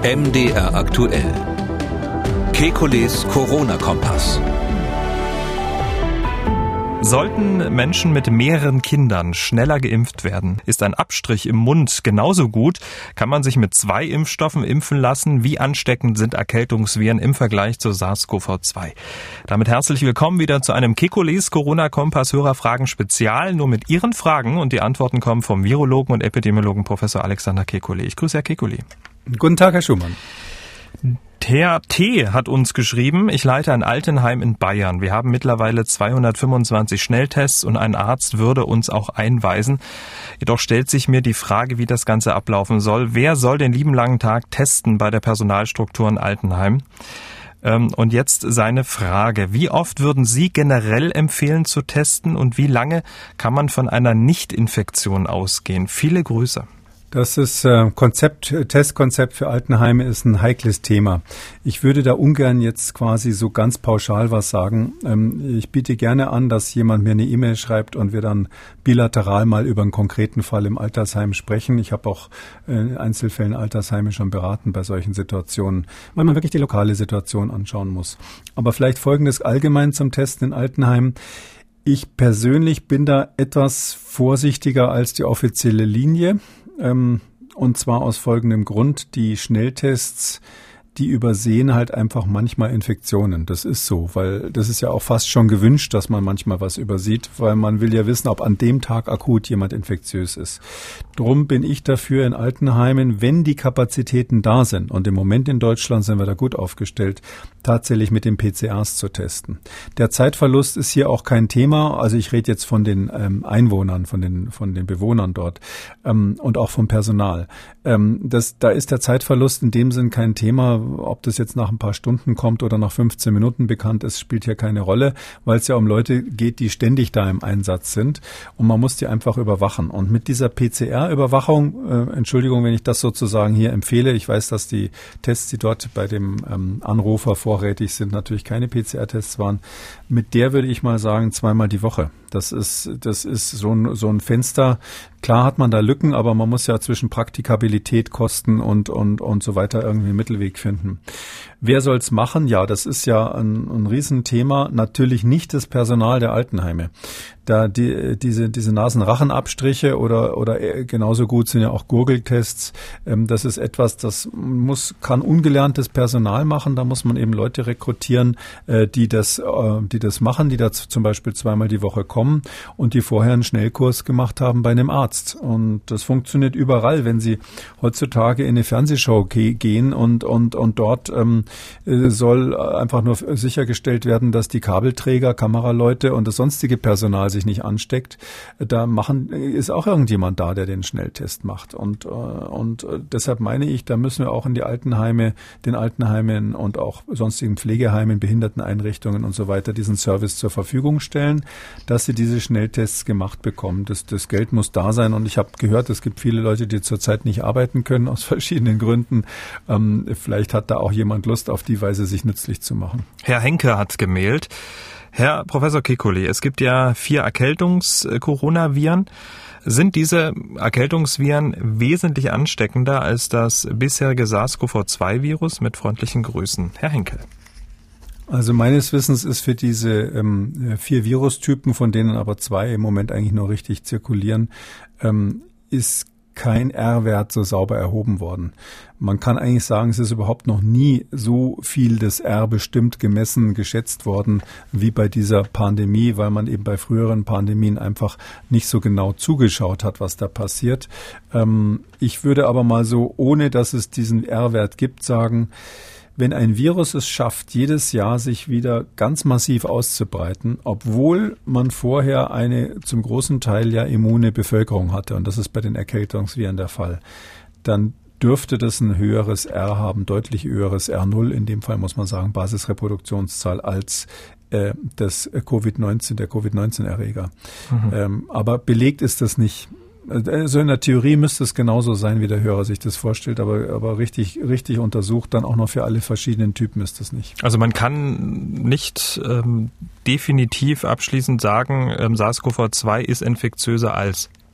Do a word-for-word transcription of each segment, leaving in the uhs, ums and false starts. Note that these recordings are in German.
M D R aktuell. Kekules Corona-Kompass. Sollten Menschen mit mehreren Kindern schneller geimpft werden, ist ein Abstrich im Mund genauso gut. Kann man sich mit zwei Impfstoffen impfen lassen? Wie ansteckend sind Erkältungsviren im Vergleich zu SARS-C o V zwei? Damit herzlich willkommen wieder zu einem Kekules Corona-Kompass Hörerfragen Spezial. Nur mit Ihren Fragen, und die Antworten kommen vom Virologen und Epidemiologen Professor Alexander Kekulé. Ich grüße Herr Kekulé. Guten Tag, Herr Schumann. Herr T. hat uns geschrieben, ich leite ein Altenheim in Bayern. Wir haben mittlerweile zweihundertfünfundzwanzig Schnelltests und ein Arzt würde uns auch einweisen. Jedoch stellt sich mir die Frage, wie das Ganze ablaufen soll. Wer soll den lieben langen Tag testen bei der Personalstruktur in Altenheim? Und jetzt seine Frage. Wie oft würden Sie generell empfehlen zu testen und wie lange kann man von einer Nichtinfektion ausgehen? Viele Grüße. Das ist äh, Konzept, Testkonzept für Altenheime ist ein heikles Thema. Ich würde da ungern jetzt quasi so ganz pauschal was sagen. Ähm, ich biete gerne an, dass jemand mir eine E-Mail schreibt und wir dann bilateral mal über einen konkreten Fall im Altersheim sprechen. Ich habe auch äh, in Einzelfällen Altersheime schon beraten bei solchen Situationen, weil man wirklich die lokale Situation anschauen muss. Aber vielleicht Folgendes allgemein zum Testen in Altenheimen. Ich persönlich bin da etwas vorsichtiger als die offizielle Linie. Und zwar aus folgendem Grund: Die Schnelltests, die übersehen halt einfach manchmal Infektionen. Das ist so, weil das ist ja auch fast schon gewünscht, dass man manchmal was übersieht, weil man will ja wissen, ob an dem Tag akut jemand infektiös ist. Drum bin ich dafür in Altenheimen, wenn die Kapazitäten da sind, und im Moment in Deutschland sind wir da gut aufgestellt, tatsächlich mit den P C Rs zu testen. Der Zeitverlust ist hier auch kein Thema. Also ich rede jetzt von den ähm, Einwohnern, von den von den Bewohnern dort ähm, und auch vom Personal. Ähm, das, da ist der Zeitverlust in dem Sinn kein Thema. Ob das jetzt nach ein paar Stunden kommt oder nach fünfzehn Minuten bekannt ist, spielt hier keine Rolle, weil es ja um Leute geht, die ständig da im Einsatz sind, und man muss die einfach überwachen. Und mit dieser P C R-Überwachung, äh, Entschuldigung, wenn ich das sozusagen hier empfehle, ich weiß, dass die Tests, die dort bei dem ähm, Anrufer vorrätig sind, natürlich keine P C R-Tests waren, mit der würde ich mal sagen, zweimal die Woche. Das ist, das ist so ein, so ein Fenster. Klar hat man da Lücken, aber man muss ja zwischen Praktikabilität, Kosten und, und, und so weiter irgendwie einen Mittelweg finden. Wer soll's machen? Ja, das ist ja ein, ein Riesenthema. Natürlich nicht das Personal der Altenheime. Da die, diese, diese Nasenrachenabstriche oder, oder genauso gut sind ja auch Gurgeltests. Ähm, das ist etwas, das muss, kann ungelerntes Personal machen. Da muss man eben Leute rekrutieren, äh, die das, äh, die das machen, die da zum Beispiel zweimal die Woche kommen und die vorher einen Schnellkurs gemacht haben bei einem Arzt. Und das funktioniert überall, wenn Sie heutzutage in eine Fernsehshow ge- gehen und, und, und dort ähm, soll einfach nur sichergestellt werden, dass die Kabelträger, Kameraleute und das sonstige Personal sich nicht ansteckt. Da machen, ist auch irgendjemand da, der den Schnelltest macht. Und, und deshalb meine ich, da müssen wir auch in die Altenheime, den Altenheimen und auch sonstigen Pflegeheimen, Behinderteneinrichtungen und so weiter diesen Service zur Verfügung stellen, dass sie diese Schnelltests gemacht bekommen. Das, das Geld muss da sein, und ich habe gehört, es gibt viele Leute, die zurzeit nicht arbeiten können, aus verschiedenen Gründen. Ähm, vielleicht hat da auch jemand Lust, auf die Weise sich nützlich zu machen. Herr Henke hat gemailt. Herr Professor Kekulé, es gibt ja vier Erkältungs-Coronaviren. Sind diese Erkältungsviren wesentlich ansteckender als das bisherige SARS-C o V zwei Virus? Mit freundlichen Grüßen, Herr Henke. Also meines Wissens ist für diese ähm, vier Virustypen, von denen aber zwei im Moment eigentlich nur richtig zirkulieren, ähm, ist kein R-Wert so sauber erhoben worden. Man kann eigentlich sagen, es ist überhaupt noch nie so viel des R bestimmt, gemessen, geschätzt worden wie bei dieser Pandemie, weil man eben bei früheren Pandemien einfach nicht so genau zugeschaut hat, was da passiert. Ähm, ich würde aber mal so, ohne dass es diesen R-Wert gibt, sagen, wenn ein Virus es schafft, jedes Jahr sich wieder ganz massiv auszubreiten, obwohl man vorher eine zum großen Teil ja immune Bevölkerung hatte, und das ist bei den Erkältungsviren der Fall, dann dürfte das ein höheres R haben, deutlich höheres R null, in dem Fall muss man sagen Basisreproduktionszahl, als äh, das Covid neunzehn, der Covid neunzehn Erreger. Mhm. Ähm, aber belegt ist das nicht. Also in der Theorie müsste es genauso sein, wie der Hörer sich das vorstellt, aber, aber richtig, richtig untersucht, dann auch noch für alle verschiedenen Typen ist es nicht. Also man kann nicht ähm, definitiv abschließend sagen, ähm, SARS-C o V zwei ist infektiöser als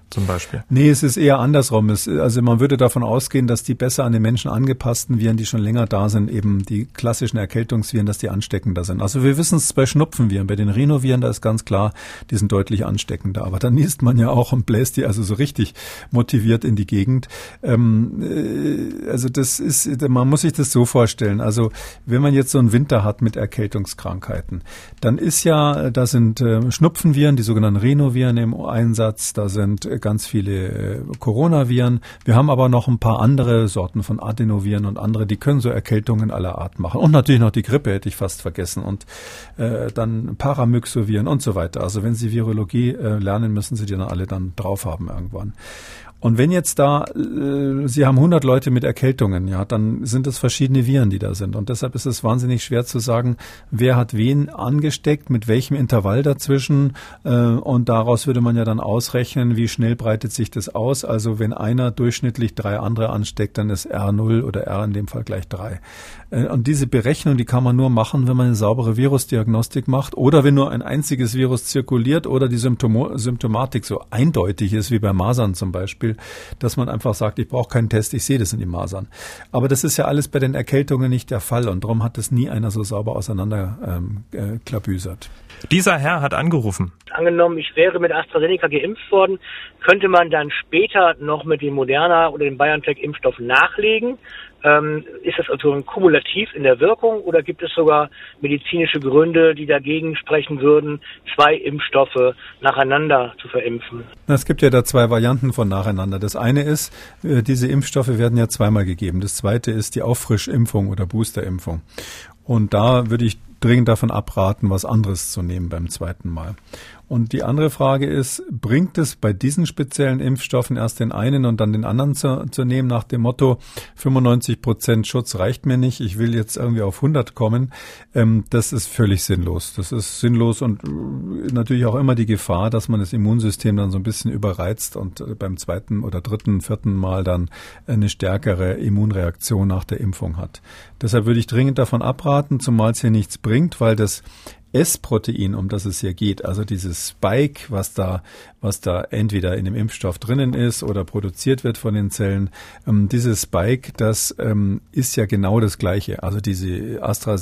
zum Beispiel? Nee, es ist eher andersrum. Es, also man würde davon ausgehen, dass die besser an den Menschen angepassten Viren, die schon länger da sind, eben die klassischen Erkältungsviren, dass die ansteckender sind. Also wir wissen es bei Schnupfenviren, bei den Rhinoviren, da ist ganz klar, die sind deutlich ansteckender. Aber dann niest man ja auch und bläst die also so richtig motiviert in die Gegend. Ähm, äh, also das ist, man muss sich das so vorstellen. Also wenn man jetzt so einen Winter hat mit Erkältungskrankheiten, dann ist ja, da sind äh, Schnupfenviren, die sogenannten Rhinoviren im Einsatz, da sind äh, ganz viele äh, Coronaviren. Wir haben aber noch ein paar andere Sorten von Adenoviren und andere, die können so Erkältungen aller Art machen. Und natürlich noch die Grippe, hätte ich fast vergessen. Und äh, dann Paramyxoviren und so weiter. Also wenn Sie Virologie äh, lernen, müssen Sie die dann alle dann drauf haben irgendwann. Und wenn jetzt da, äh, Sie haben hundert Leute mit Erkältungen, ja, dann sind es verschiedene Viren, die da sind. Und deshalb ist es wahnsinnig schwer zu sagen, wer hat wen angesteckt, mit welchem Intervall dazwischen. Äh, und daraus würde man ja dann ausrechnen, wie schnell breitet sich das aus. Also wenn einer durchschnittlich drei andere ansteckt, dann ist R null oder R in dem Fall gleich drei. Äh, und diese Berechnung, die kann man nur machen, wenn man eine saubere Virusdiagnostik macht oder wenn nur ein einziges Virus zirkuliert oder die Symptom- Symptomatik so eindeutig ist, wie bei Masern zum Beispiel, dass man einfach sagt, ich brauche keinen Test, ich sehe das in den Masern. Aber das ist ja alles bei den Erkältungen nicht der Fall und darum hat das nie einer so sauber auseinander ähm, äh, klabüsert. Dieser Herr hat angerufen. Angenommen, ich wäre mit AstraZeneca geimpft worden, könnte man dann später noch mit dem Moderna oder dem BioNTech-Impfstoff nachlegen? Ähm, ist das also kumulativ in der Wirkung oder gibt es sogar medizinische Gründe, die dagegen sprechen würden, zwei Impfstoffe nacheinander zu verimpfen? Es gibt ja da zwei Varianten von nacheinander. Das eine ist, äh, diese Impfstoffe werden ja zweimal gegeben. Das zweite ist die Auffrischimpfung oder Boosterimpfung. Und da würde ich dringend davon abraten, was anderes zu nehmen beim zweiten Mal. Und die andere Frage ist, bringt es bei diesen speziellen Impfstoffen erst den einen und dann den anderen zu, zu nehmen, nach dem Motto, fünfundneunzig Prozent Schutz reicht mir nicht, ich will jetzt irgendwie auf hundert kommen. Ähm, das ist völlig sinnlos. Das ist sinnlos und natürlich auch immer die Gefahr, dass man das Immunsystem dann so ein bisschen überreizt und beim zweiten oder dritten, vierten Mal dann eine stärkere Immunreaktion nach der Impfung hat. Deshalb würde ich dringend davon abraten, zumal es hier nichts bringt, weil das S-Protein, um das es hier geht, also dieses Spike, was da, was da entweder in dem Impfstoff drinnen ist oder produziert wird von den Zellen, ähm, dieses Spike, das ähm, ist ja genau das Gleiche. Also diese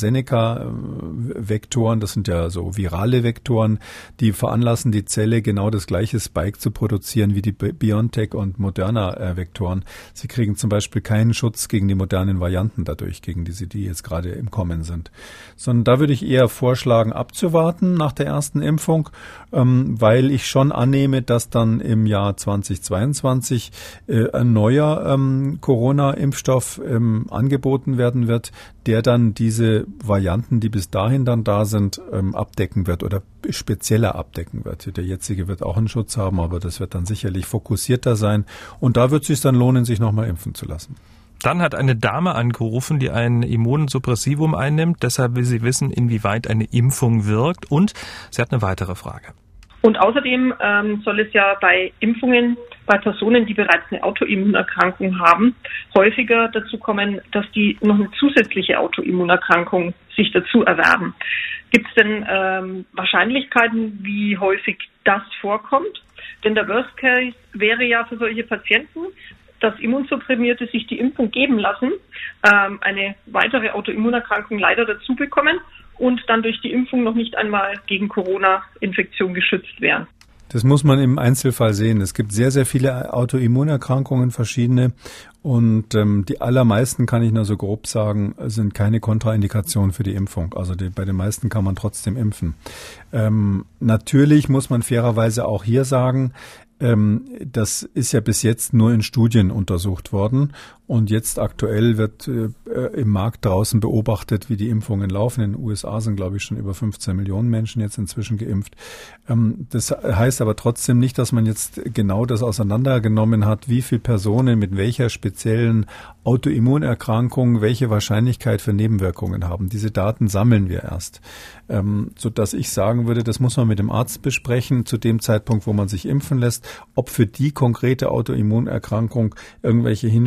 AstraZeneca-Vektoren, das sind ja so virale Vektoren, die veranlassen die Zelle genau das gleiche Spike zu produzieren wie die BioNTech- und Moderna-Vektoren. Sie kriegen zum Beispiel keinen Schutz gegen die modernen Varianten dadurch, gegen diese, die jetzt gerade im Kommen sind. Sondern da würde ich eher vorschlagen, abzuwarten nach der ersten Impfung, ähm, weil ich schon annehme, dass dann im Jahr zweitausendzweiundzwanzig äh, ein neuer ähm, Corona-Impfstoff ähm, angeboten werden wird, der dann diese Varianten, die bis dahin dann da sind, ähm, abdecken wird oder spezieller abdecken wird. Der jetzige wird auch einen Schutz haben, aber das wird dann sicherlich fokussierter sein und da wird es sich dann lohnen, sich nochmal impfen zu lassen. Dann hat eine Dame angerufen, die ein Immunsuppressivum einnimmt. Deshalb will sie wissen, inwieweit eine Impfung wirkt. Und sie hat eine weitere Frage. Und außerdem ähm, soll es ja bei Impfungen bei Personen, die bereits eine Autoimmunerkrankung haben, häufiger dazu kommen, dass die noch eine zusätzliche Autoimmunerkrankung sich dazu erwerben. Gibt es denn ähm, Wahrscheinlichkeiten, wie häufig das vorkommt? Denn der Worst Case wäre ja für solche Patienten, dass Immunsupprimierte sich die Impfung geben lassen, ähm, eine weitere Autoimmunerkrankung leider dazu bekommen und dann durch die Impfung noch nicht einmal gegen Corona-Infektion geschützt werden. Das muss man im Einzelfall sehen. Es gibt sehr, sehr viele Autoimmunerkrankungen, verschiedene. Und ähm, die allermeisten, kann ich nur so grob sagen, sind keine Kontraindikation für die Impfung. Also die, bei den meisten kann man trotzdem impfen. Ähm, natürlich muss man fairerweise auch hier sagen, Ähm, das ist ja bis jetzt nur in Studien untersucht worden und jetzt aktuell wird äh, im Markt draußen beobachtet, wie die Impfungen laufen. In den U S A sind, glaube ich, schon über fünfzehn Millionen Menschen jetzt inzwischen geimpft. Ähm, das heißt aber trotzdem nicht, dass man jetzt genau das auseinandergenommen hat, wie viele Personen mit welcher speziellen Autoimmunerkrankung welche Wahrscheinlichkeit für Nebenwirkungen haben. Diese Daten sammeln wir erst, ähm, sodass ich sagen würde, das muss man mit dem Arzt besprechen, zu dem Zeitpunkt, wo man sich impfen lässt, ob für die konkrete Autoimmunerkrankung irgendwelche Hinweise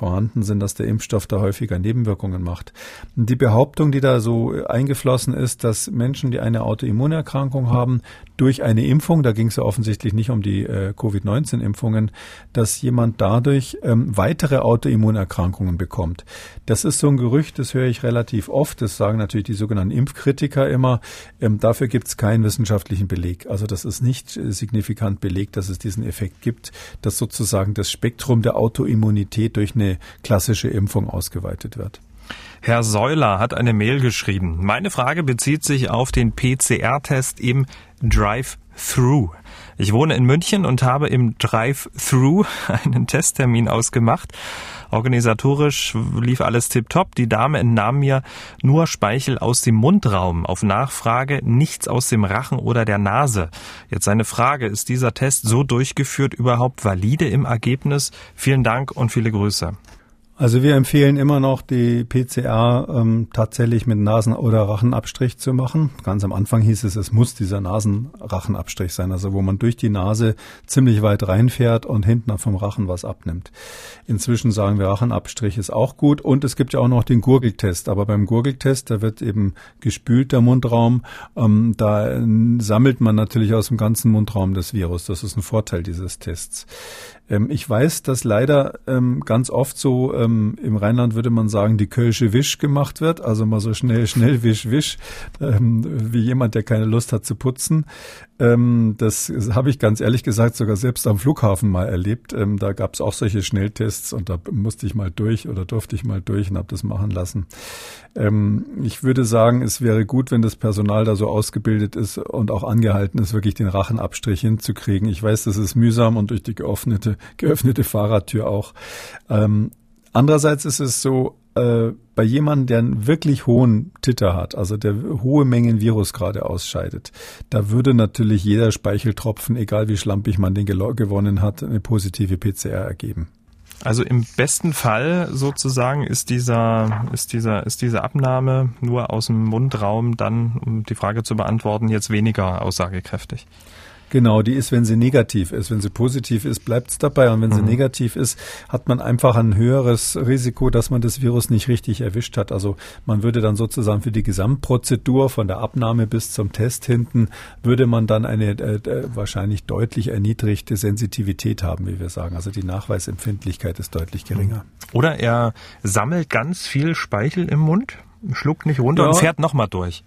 vorhanden sind, dass der Impfstoff da häufiger Nebenwirkungen macht. Und die Behauptung, die da so eingeflossen ist, dass Menschen, die eine Autoimmunerkrankung haben, durch eine Impfung, da ging es ja offensichtlich nicht um die äh, Covid neunzehn Impfungen, dass jemand dadurch ähm, weitere Autoimmunerkrankungen bekommt. Das ist so ein Gerücht, das höre ich relativ oft. Das sagen natürlich die sogenannten Impfkritiker immer. Ähm, dafür gibt es keinen wissenschaftlichen Beleg. Also das ist nicht äh, signifikant belegt, dass es diesen Effekt gibt, dass sozusagen das Spektrum der Autoimmunität durch eine klassische Impfung ausgeweitet wird. Herr Säuler hat eine Mail geschrieben. Meine Frage bezieht sich auf den P C R-Test im Drive-Thru. Ich wohne in München und habe im Drive-Thru einen Testtermin ausgemacht. Organisatorisch lief alles tipptopp. Die Dame entnahm mir nur Speichel aus dem Mundraum. Auf Nachfrage nichts aus dem Rachen oder der Nase. Jetzt eine Frage. Ist dieser Test so durchgeführt überhaupt valide im Ergebnis? Vielen Dank und viele Grüße. Also wir empfehlen immer noch, die P C R ähm, tatsächlich mit Nasen- oder Rachenabstrich zu machen. Ganz am Anfang hieß es, es muss dieser Nasen-Rachenabstrich sein, also wo man durch die Nase ziemlich weit reinfährt und hinten vom Rachen was abnimmt. Inzwischen sagen wir, Rachenabstrich ist auch gut und es gibt ja auch noch den Gurgeltest. Aber beim Gurgeltest, da wird eben gespült der Mundraum, ähm, da äh, sammelt man natürlich aus dem ganzen Mundraum das Virus. Das ist ein Vorteil dieses Tests. Ähm, ich weiß, dass leider ähm, ganz oft so ähm, im Rheinland würde man sagen, die Kölsche Wisch gemacht wird, also mal so schnell, schnell, wisch, wisch, ähm, wie jemand, der keine Lust hat zu putzen. Ähm, das habe ich ganz ehrlich gesagt sogar selbst am Flughafen mal erlebt. Ähm, da gab es auch solche Schnelltests und da musste ich mal durch oder durfte ich mal durch und habe das machen lassen. Ähm, ich würde sagen, es wäre gut, wenn das Personal da so ausgebildet ist und auch angehalten ist, wirklich den Rachenabstrich hinzukriegen. Ich weiß, das ist mühsam und durch die geöffnete, geöffnete Fahrradtür auch. Ähm, andererseits ist es so, äh, bei jemandem, der einen wirklich hohen Titer hat, also der hohe Mengen Virus gerade ausscheidet, da würde natürlich jeder Speicheltropfen, egal wie schlampig man den gelo- gewonnen hat, eine positive P C R ergeben. Also im besten Fall sozusagen ist dieser, ist dieser, ist diese Abnahme nur aus dem Mundraum dann, um die Frage zu beantworten, jetzt weniger aussagekräftig. Genau, die ist, wenn sie negativ ist. Wenn sie positiv ist, bleibt es dabei. Und wenn mhm. sie negativ ist, hat man einfach ein höheres Risiko, dass man das Virus nicht richtig erwischt hat. Also man würde dann sozusagen für die Gesamtprozedur von der Abnahme bis zum Test hinten, würde man dann eine äh, wahrscheinlich deutlich erniedrigte Sensitivität haben, wie wir sagen. Also die Nachweisempfindlichkeit ist deutlich geringer. Oder er sammelt ganz viel Speichel im Mund, schluckt nicht runter ja. und fährt nochmal durch.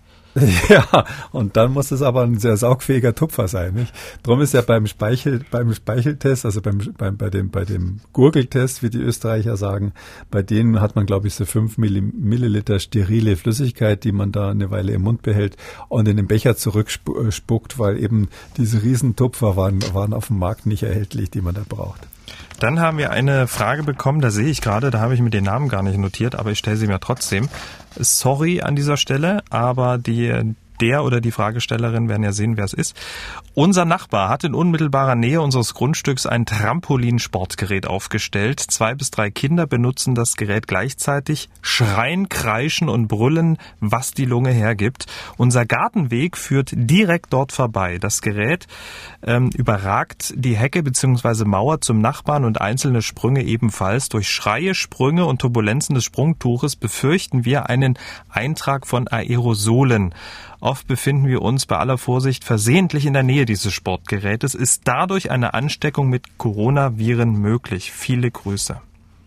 Ja, und dann muss es aber ein sehr saugfähiger Tupfer sein, nicht? Drum ist ja beim Speichel, beim Speicheltest, also beim, beim, bei dem, bei dem Gurgeltest, wie die Österreicher sagen, bei denen hat man, glaube ich, so fünf Milliliter sterile Flüssigkeit, die man da eine Weile im Mund behält und in den Becher zurückspuckt, weil eben diese Riesentupfer waren, waren auf dem Markt nicht erhältlich, die man da braucht. Dann haben wir eine Frage bekommen, da sehe ich gerade, da habe ich mir den Namen gar nicht notiert, aber ich stelle sie mir trotzdem. Sorry an dieser Stelle, aber die, der oder die Fragestellerin werden ja sehen, wer es ist. Unser Nachbar hat in unmittelbarer Nähe unseres Grundstücks ein Trampolinsportgerät aufgestellt. Zwei bis drei Kinder benutzen das Gerät gleichzeitig, schreien, kreischen und brüllen, was die Lunge hergibt. Unser Gartenweg führt direkt dort vorbei. Das Gerät ähm, überragt die Hecke bzw. Mauer zum Nachbarn und einzelne Sprünge ebenfalls. Durch Schreie, Sprünge und Turbulenzen des Sprungtuches befürchten wir einen Eintrag von Aerosolen. Oft befinden wir uns bei aller Vorsicht versehentlich in der Nähe dieses Sportgerätes. Ist dadurch eine Ansteckung mit Coronaviren möglich? Viele Grüße.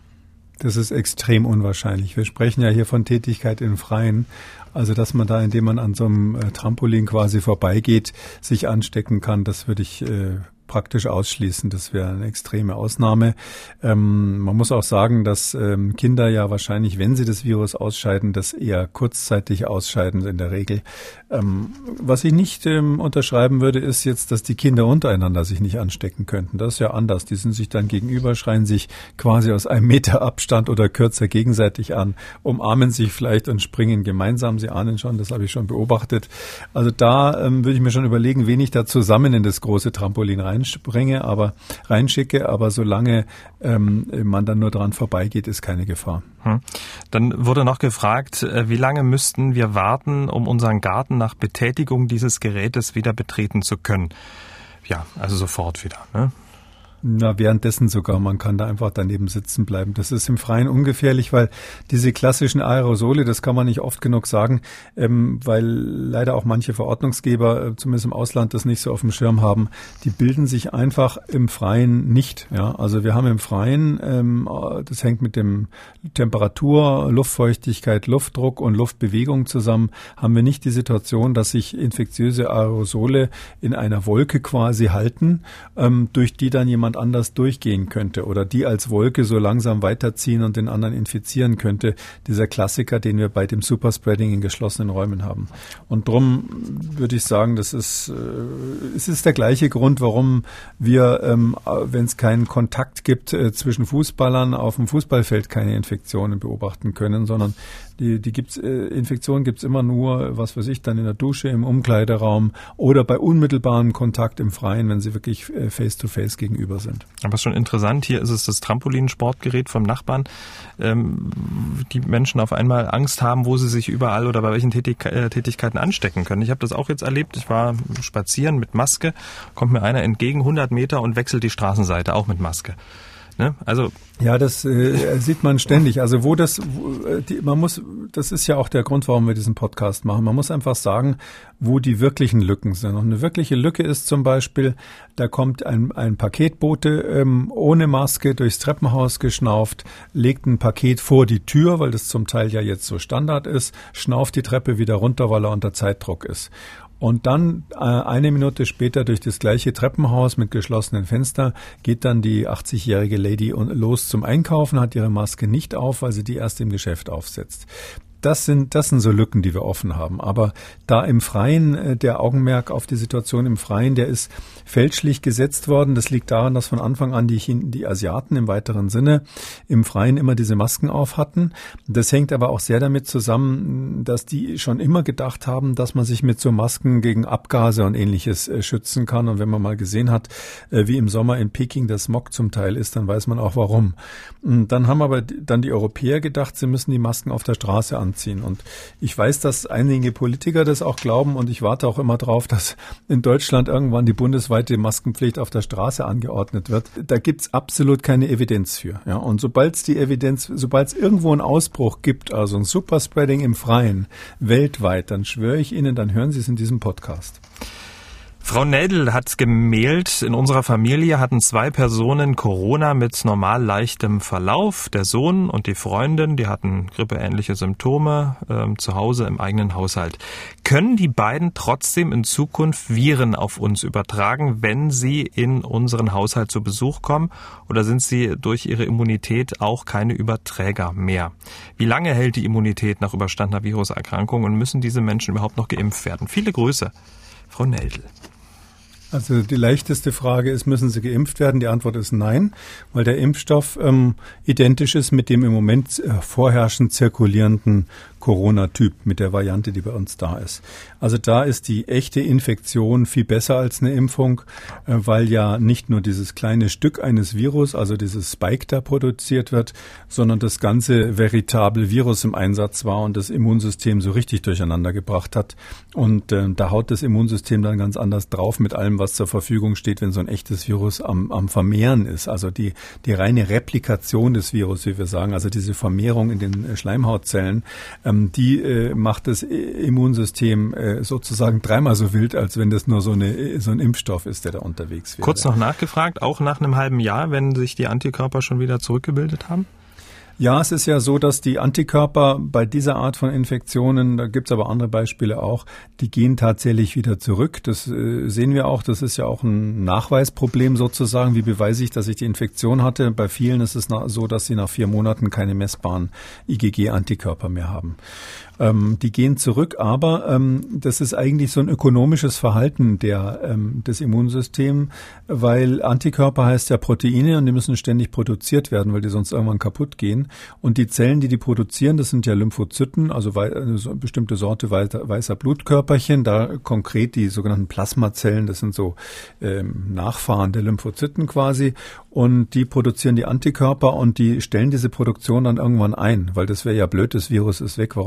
Das ist extrem unwahrscheinlich. Wir sprechen ja hier von Tätigkeit im Freien. Also, dass man da, indem man an so einem äh, Trampolin quasi vorbeigeht, sich anstecken kann, das würde ich äh, praktisch ausschließen. Das wäre eine extreme Ausnahme. Ähm, man muss auch sagen, dass ähm, Kinder ja wahrscheinlich, wenn sie das Virus ausscheiden, das eher kurzzeitig ausscheiden in der Regel. Ähm, was ich nicht ähm, unterschreiben würde, ist jetzt, dass die Kinder untereinander sich nicht anstecken könnten. Das ist ja anders. Die sind sich dann gegenüber, schreien sich quasi aus einem Meter Abstand oder kürzer gegenseitig an, umarmen sich vielleicht und springen gemeinsam. Sie ahnen schon, das habe ich schon beobachtet. Also da ähm, würde ich mir schon überlegen, wen ich da zusammen in das große Trampolin rein Springe, aber reinschicke, aber solange ähm, man dann nur dran vorbeigeht, ist keine Gefahr. Hm. Dann wurde noch gefragt, wie lange müssten wir warten, um unseren Garten nach Betätigung dieses Gerätes wieder betreten zu können? Ja, also sofort wieder, ne? Na, währenddessen sogar. Man kann da einfach daneben sitzen bleiben. Das ist im Freien ungefährlich, weil diese klassischen Aerosole, das kann man nicht oft genug sagen, ähm, weil leider auch manche Verordnungsgeber, äh, zumindest im Ausland, das nicht so auf dem Schirm haben. Die bilden sich einfach im Freien nicht. Ja, also wir haben im Freien, ähm, das hängt mit dem Temperatur, Luftfeuchtigkeit, Luftdruck und Luftbewegung zusammen, haben wir nicht die Situation, dass sich infektiöse Aerosole in einer Wolke quasi halten, ähm, durch die dann jemand anders durchgehen könnte oder die als Wolke so langsam weiterziehen und den anderen infizieren könnte. Dieser Klassiker, den wir bei dem Superspreading in geschlossenen Räumen haben. Und drum würde ich sagen, das ist, äh, es ist der gleiche Grund, warum wir, ähm, wenn es keinen Kontakt gibt äh, zwischen Fußballern auf dem Fußballfeld, keine Infektionen beobachten können, sondern Die, die gibt's, äh, Infektionen gibt's immer nur, was weiß ich, dann in der Dusche, im Umkleideraum oder bei unmittelbarem Kontakt im Freien, wenn sie wirklich äh, face-to-face gegenüber sind. Aber schon interessant, hier ist es das Trampolinsportgerät vom Nachbarn. Ähm, die Menschen auf einmal Angst haben, wo sie sich überall oder bei welchen Tätig- äh, Tätigkeiten anstecken können. Ich habe das auch jetzt erlebt. Ich war spazieren mit Maske, kommt mir einer entgegen, hundert Meter und wechselt die Straßenseite, auch mit Maske. Ne? Also ja, das äh, sieht man ständig. Also wo das, wo, die, man muss, das ist ja auch der Grund, warum wir diesen Podcast machen. Man muss einfach sagen, wo die wirklichen Lücken sind. Und eine wirkliche Lücke ist zum Beispiel, da kommt ein, ein Paketbote ähm, ohne Maske durchs Treppenhaus geschnauft, legt ein Paket vor die Tür, weil das zum Teil ja jetzt so Standard ist, schnauft die Treppe wieder runter, weil er unter Zeitdruck ist. Und dann äh, eine Minute später durch das gleiche Treppenhaus mit geschlossenen Fenstern geht dann die achtzigjährige Lady los zum Einkaufen, hat ihre Maske nicht auf, weil sie die erst im Geschäft aufsetzt. Das sind, das sind so Lücken, die wir offen haben. Aber da im Freien, äh, der Augenmerk auf die Situation im Freien, der ist fälschlich gesetzt worden. Das liegt daran, dass von Anfang an die, Chin- die Asiaten im weiteren Sinne im Freien immer diese Masken auf hatten. Das hängt aber auch sehr damit zusammen, dass die schon immer gedacht haben, dass man sich mit so Masken gegen Abgase und Ähnliches äh, schützen kann. Und wenn man mal gesehen hat, äh, wie im Sommer in Peking der Smog zum Teil ist, dann weiß man auch warum. Und dann haben aber die, dann die Europäer gedacht, sie müssen die Masken auf der Straße anziehen. Und ich weiß, dass einige Politiker das auch glauben und ich warte auch immer drauf, dass in Deutschland irgendwann die bundesweite Maskenpflicht auf der Straße angeordnet wird. Da gibt's absolut keine Evidenz für. Ja, und sobald es die Evidenz, sobald es irgendwo einen Ausbruch gibt, also ein Superspreading im Freien, weltweit, dann schwöre ich Ihnen, dann hören Sie es in diesem Podcast. Frau Nädel hat gemailt, in unserer Familie hatten zwei Personen Corona mit normal leichtem Verlauf. Der Sohn und die Freundin, die hatten grippeähnliche Symptome äh, zu Hause im eigenen Haushalt. Können die beiden trotzdem in Zukunft Viren auf uns übertragen, wenn sie in unseren Haushalt zu Besuch kommen? Oder sind sie durch ihre Immunität auch keine Überträger mehr? Wie lange hält die Immunität nach überstandener Viruserkrankung und müssen diese Menschen überhaupt noch geimpft werden? Viele Grüße, Frau Nädel. Also die leichteste Frage ist, müssen sie geimpft werden? Die Antwort ist nein, weil der Impfstoff ähm, identisch ist mit dem im Moment äh, vorherrschend zirkulierenden Corona-Typ, mit der Variante, die bei uns da ist. Also da ist die echte Infektion viel besser als eine Impfung, äh, weil ja nicht nur dieses kleine Stück eines Virus, also dieses Spike da produziert wird, sondern das ganze veritable Virus im Einsatz war und das Immunsystem so richtig durcheinander gebracht hat. Und äh, da haut das Immunsystem dann ganz anders drauf mit allem, was zur Verfügung steht, wenn so ein echtes Virus am, am Vermehren ist. Also die, die reine Replikation des Virus, wie wir sagen, also diese Vermehrung in den Schleimhautzellen, ähm, die äh, macht das Immunsystem äh, sozusagen dreimal so wild, als wenn das nur so, eine, so ein Impfstoff ist, der da unterwegs wäre. Kurz noch nachgefragt, auch nach einem halben Jahr, wenn sich die Antikörper schon wieder zurückgebildet haben? Ja, es ist ja so, dass die Antikörper bei dieser Art von Infektionen, da gibt's aber andere Beispiele auch, die gehen tatsächlich wieder zurück. Das äh, sehen wir auch. Das ist ja auch ein Nachweisproblem sozusagen. Wie beweise ich, dass ich die Infektion hatte? Bei vielen ist es na- so, dass sie nach vier Monaten keine messbaren I G G-Antikörper mehr haben. Ähm, die gehen zurück, aber ähm, das ist eigentlich so ein ökonomisches Verhalten der, ähm, des Immunsystems, weil Antikörper heißt ja Proteine und die müssen ständig produziert werden, weil die sonst irgendwann kaputt gehen. Und die Zellen, die die produzieren, das sind ja Lymphozyten, also eine bestimmte Sorte weißer Blutkörperchen, da konkret die sogenannten Plasmazellen, das sind so ähm, Nachfahren der Lymphozyten quasi. Und die produzieren die Antikörper und die stellen diese Produktion dann irgendwann ein, weil das wäre ja blöd, das Virus ist weg, warum soll man sich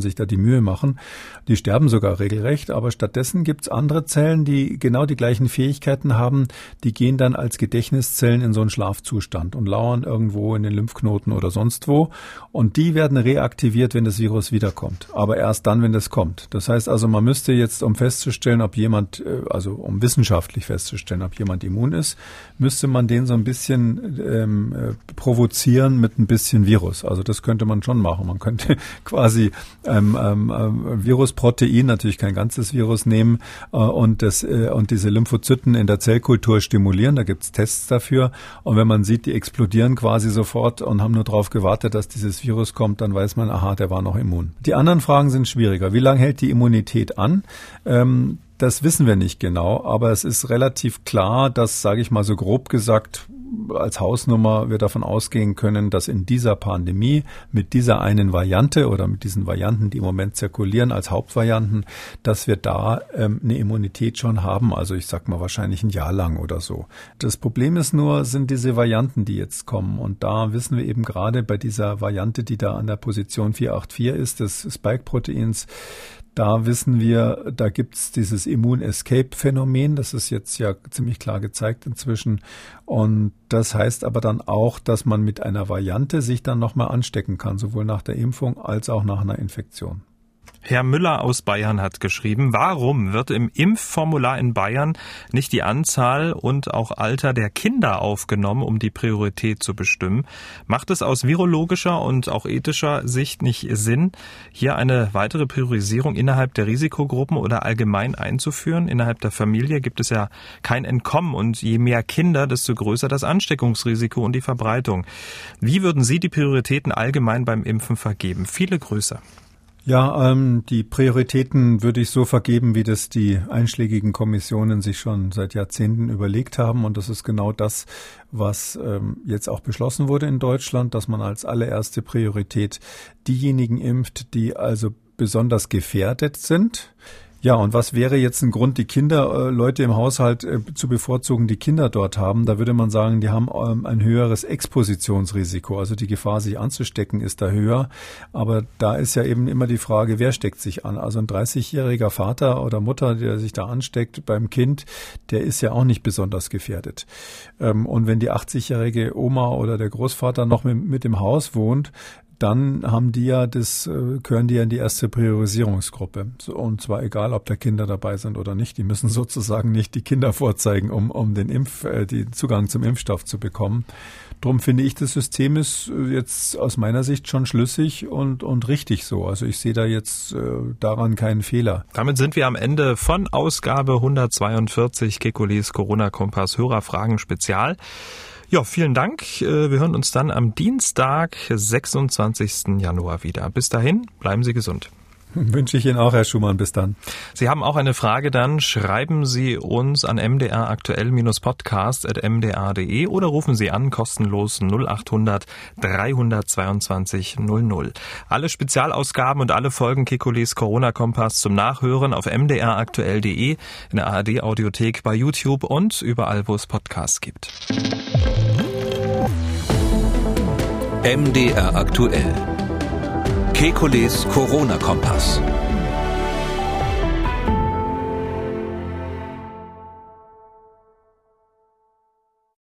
sich da die Mühe machen. Die sterben sogar regelrecht, aber stattdessen gibt's andere Zellen, die genau die gleichen Fähigkeiten haben. Die gehen dann als Gedächtniszellen in so einen Schlafzustand und lauern irgendwo in den Lymphknoten oder sonst wo. Und die werden reaktiviert, wenn das Virus wiederkommt. Aber erst dann, wenn das kommt. Das heißt also, man müsste jetzt, um festzustellen, ob jemand, also um wissenschaftlich festzustellen, ob jemand immun ist, müsste man den so ein bisschen ähm, provozieren mit ein bisschen Virus. Also das könnte man schon machen. Man könnte quasi ähm, ähm, Virusprotein, natürlich kein ganzes Virus nehmen äh, und das äh, und diese Lymphozyten in der Zellkultur stimulieren. Da gibt's Tests dafür. Und wenn man sieht, die explodieren quasi sofort und haben nur darauf gewartet, dass dieses Virus kommt, dann weiß man, aha, der war noch immun. Die anderen Fragen sind schwieriger. Wie lange hält die Immunität an? Ähm, Das wissen wir nicht genau, aber es ist relativ klar, dass, sage ich mal so grob gesagt, als Hausnummer wir davon ausgehen können, dass in dieser Pandemie mit dieser einen Variante oder mit diesen Varianten, die im Moment zirkulieren als Hauptvarianten, dass wir da ähm, eine Immunität schon haben. Also ich sag mal wahrscheinlich ein Jahr lang oder so. Das Problem ist nur, sind diese Varianten, die jetzt kommen. Und da wissen wir eben gerade bei dieser Variante, die da an der Position vier acht vier ist, des Spike-Proteins, da wissen wir, da gibt's dieses Immun-Escape-Phänomen. Das ist jetzt ja ziemlich klar gezeigt inzwischen. Und das heißt aber dann auch, dass man mit einer Variante sich dann nochmal anstecken kann, sowohl nach der Impfung als auch nach einer Infektion. Herr Müller aus Bayern hat geschrieben, warum wird im Impfformular in Bayern nicht die Anzahl und auch Alter der Kinder aufgenommen, um die Priorität zu bestimmen? Macht es aus virologischer und auch ethischer Sicht nicht Sinn, hier eine weitere Priorisierung innerhalb der Risikogruppen oder allgemein einzuführen? Innerhalb der Familie gibt es ja kein Entkommen und je mehr Kinder, desto größer das Ansteckungsrisiko und die Verbreitung. Wie würden Sie die Prioritäten allgemein beim Impfen vergeben? Viele Grüße. Ja, ähm, die Prioritäten würde ich so vergeben, wie das die einschlägigen Kommissionen sich schon seit Jahrzehnten überlegt haben. Und das ist genau das, was ähm, jetzt auch beschlossen wurde in Deutschland, dass man als allererste Priorität diejenigen impft, die also besonders gefährdet sind. Ja, und was wäre jetzt ein Grund, die Kinder, äh, Leute im Haushalt äh, zu bevorzugen, die Kinder dort haben? Da würde man sagen, die haben ähm, ein höheres Expositionsrisiko. Also die Gefahr, sich anzustecken, ist da höher. Aber da ist ja eben immer die Frage, wer steckt sich an? Also ein dreißigjähriger Vater oder Mutter, der sich da ansteckt beim Kind, der ist ja auch nicht besonders gefährdet. Ähm, und wenn die achtzigjährige Oma oder der Großvater noch mit, mit im Haus wohnt, dann haben die ja das, gehören die ja in die erste Priorisierungsgruppe. Und zwar egal, ob da Kinder dabei sind oder nicht. Die müssen sozusagen nicht die Kinder vorzeigen, um, um den Impf, äh, den Zugang zum Impfstoff zu bekommen. Drum finde ich, das System ist jetzt aus meiner Sicht schon schlüssig und, und richtig so. Also ich sehe da jetzt äh, daran keinen Fehler. Damit sind wir am Ende von Ausgabe hundertzweiundvierzig Kekules Corona-Kompass Hörerfragen Spezial. Ja, vielen Dank. Wir hören uns dann am Dienstag, sechsundzwanzigsten Januar wieder. Bis dahin, bleiben Sie gesund. Wünsche ich Ihnen auch, Herr Schumann. Bis dann. Sie haben auch eine Frage, dann schreiben Sie uns an m d r aktuell podcast at m d r punkt d e oder rufen Sie an, kostenlos null acht hundert dreihundertzweiundzwanzig null null. Alle Spezialausgaben und alle Folgen Kekules Corona-Kompass zum Nachhören auf m d r aktuell punkt d e, in der A R D-Audiothek, bei YouTube und überall, wo es Podcasts gibt. M D R aktuell. Kekules Corona-Kompass.